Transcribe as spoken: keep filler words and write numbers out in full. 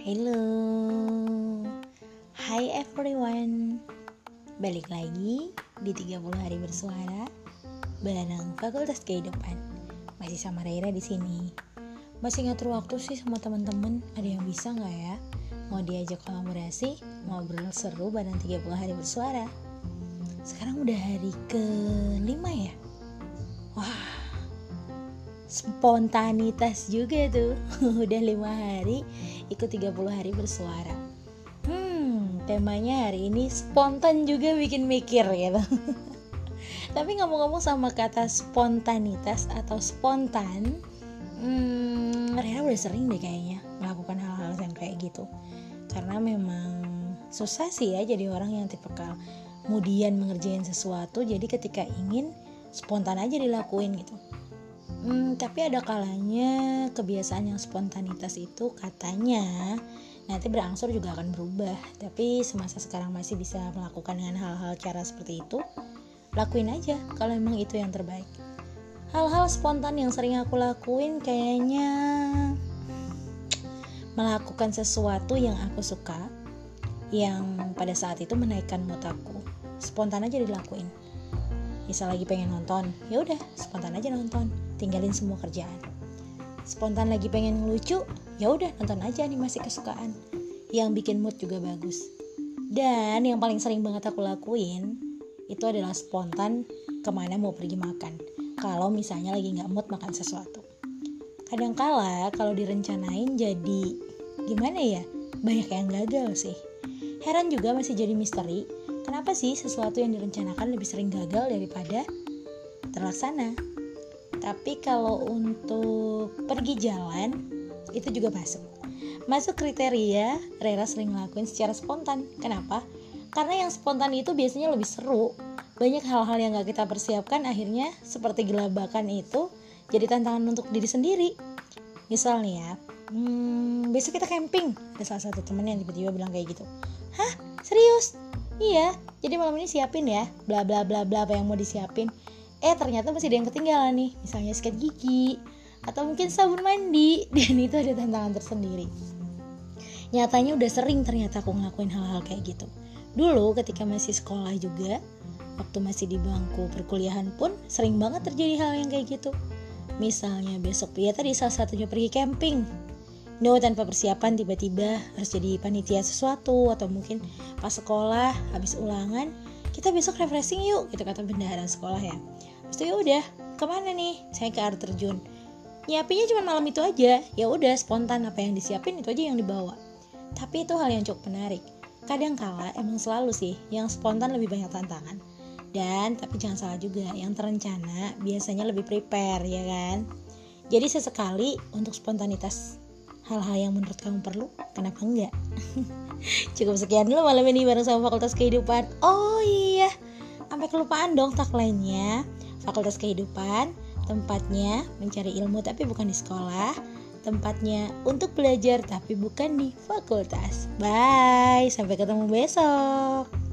Hello, hai everyone. Balik lagi di tiga puluh hari bersuara bareng Fakultas Kehidupan. Masih sama Raira di sini. Masih ngatur waktu sih sama teman-teman. Ada yang bisa nggak ya? Mau diajak kolaborasi, ngobrol seru bareng tiga puluh hari bersuara. Sekarang udah hari kelima ya. Wah, spontanitas juga tuh. Udah lima hari ikut tiga puluh hari bersuara. Hmm, temanya hari ini spontan juga bikin mikir gitu. Tapi ngomong-ngomong sama kata spontanitas atau spontan, hmm, Rera udah sering deh kayaknya melakukan hal-hal yang kayak gitu. Karena memang susah sih ya jadi orang yang tipikal kemudian mengerjain sesuatu, jadi ketika ingin spontan aja dilakuin gitu. Hmm, tapi ada kalanya kebiasaan yang spontanitas itu katanya nanti berangsur juga akan berubah. Tapi semasa sekarang masih bisa melakukan dengan hal-hal cara seperti itu, lakuin aja kalau memang itu yang terbaik. Hal-hal spontan yang sering aku lakuin kayaknya melakukan sesuatu yang aku suka, yang pada saat itu menaikkan mood aku. Spontan aja dilakuin. Misal lagi pengen nonton, ya udah spontan aja nonton, tinggalin semua kerjaan. Spontan lagi pengen ngelucu, ya udah nonton aja animasi kesukaan yang bikin mood juga bagus. Dan yang paling sering banget aku lakuin itu adalah spontan kemana mau pergi makan. Kalau misalnya lagi nggak mood makan sesuatu. Kadangkala kalau direncanain jadi gimana ya, banyak yang gagal sih. Heran juga masih jadi misteri. Kenapa sih sesuatu yang direncanakan lebih sering gagal daripada terlaksana? Tapi kalau untuk pergi jalan, itu juga masuk. Masuk kriteria Rera sering ngelakuin secara spontan. Kenapa? Karena yang spontan itu biasanya lebih seru. Banyak hal-hal yang gak kita persiapkan akhirnya seperti gelabakan itu jadi tantangan untuk diri sendiri. Misal nih ya, hmm, besok kita camping. Ada salah satu temen yang tiba-tiba bilang kayak gitu. Hah? Serius? Iya, jadi malam ini siapin ya, bla bla bla bla apa yang mau disiapin. Eh ternyata masih ada yang ketinggalan nih, misalnya sikat gigi atau mungkin sabun mandi, dan itu ada tantangan tersendiri. Nyatanya udah sering ternyata aku ngelakuin hal-hal kayak gitu. Dulu ketika masih sekolah juga, waktu masih di bangku perkuliahan pun sering banget terjadi hal yang kayak gitu. Misalnya besok ya tadi salah satunya pergi camping. No, tanpa persiapan tiba-tiba harus jadi panitia sesuatu, atau mungkin pas sekolah habis ulangan kita besok refreshing yuk, gitu kata bendahara sekolah ya. Terus ya udah kemana nih? Saya ke air terjun. Nyiapinnya cuma malam itu aja. Ya udah spontan apa yang disiapin itu aja yang dibawa. Tapi itu hal yang cukup menarik. Kadang kala emang selalu sih yang spontan lebih banyak tantangan. Dan tapi jangan salah juga, yang terencana biasanya lebih prepare ya kan. Jadi sesekali untuk spontanitas hal-hal yang menurut kamu perlu, kenapa enggak? Cukup sekian dulu malam ini bareng sama Fakultas Kehidupan. Oh iya, sampai kelupaan dong tagline-nya. Fakultas Kehidupan, tempatnya mencari ilmu tapi bukan di sekolah, tempatnya untuk belajar tapi bukan di fakultas. Bye, sampai ketemu besok.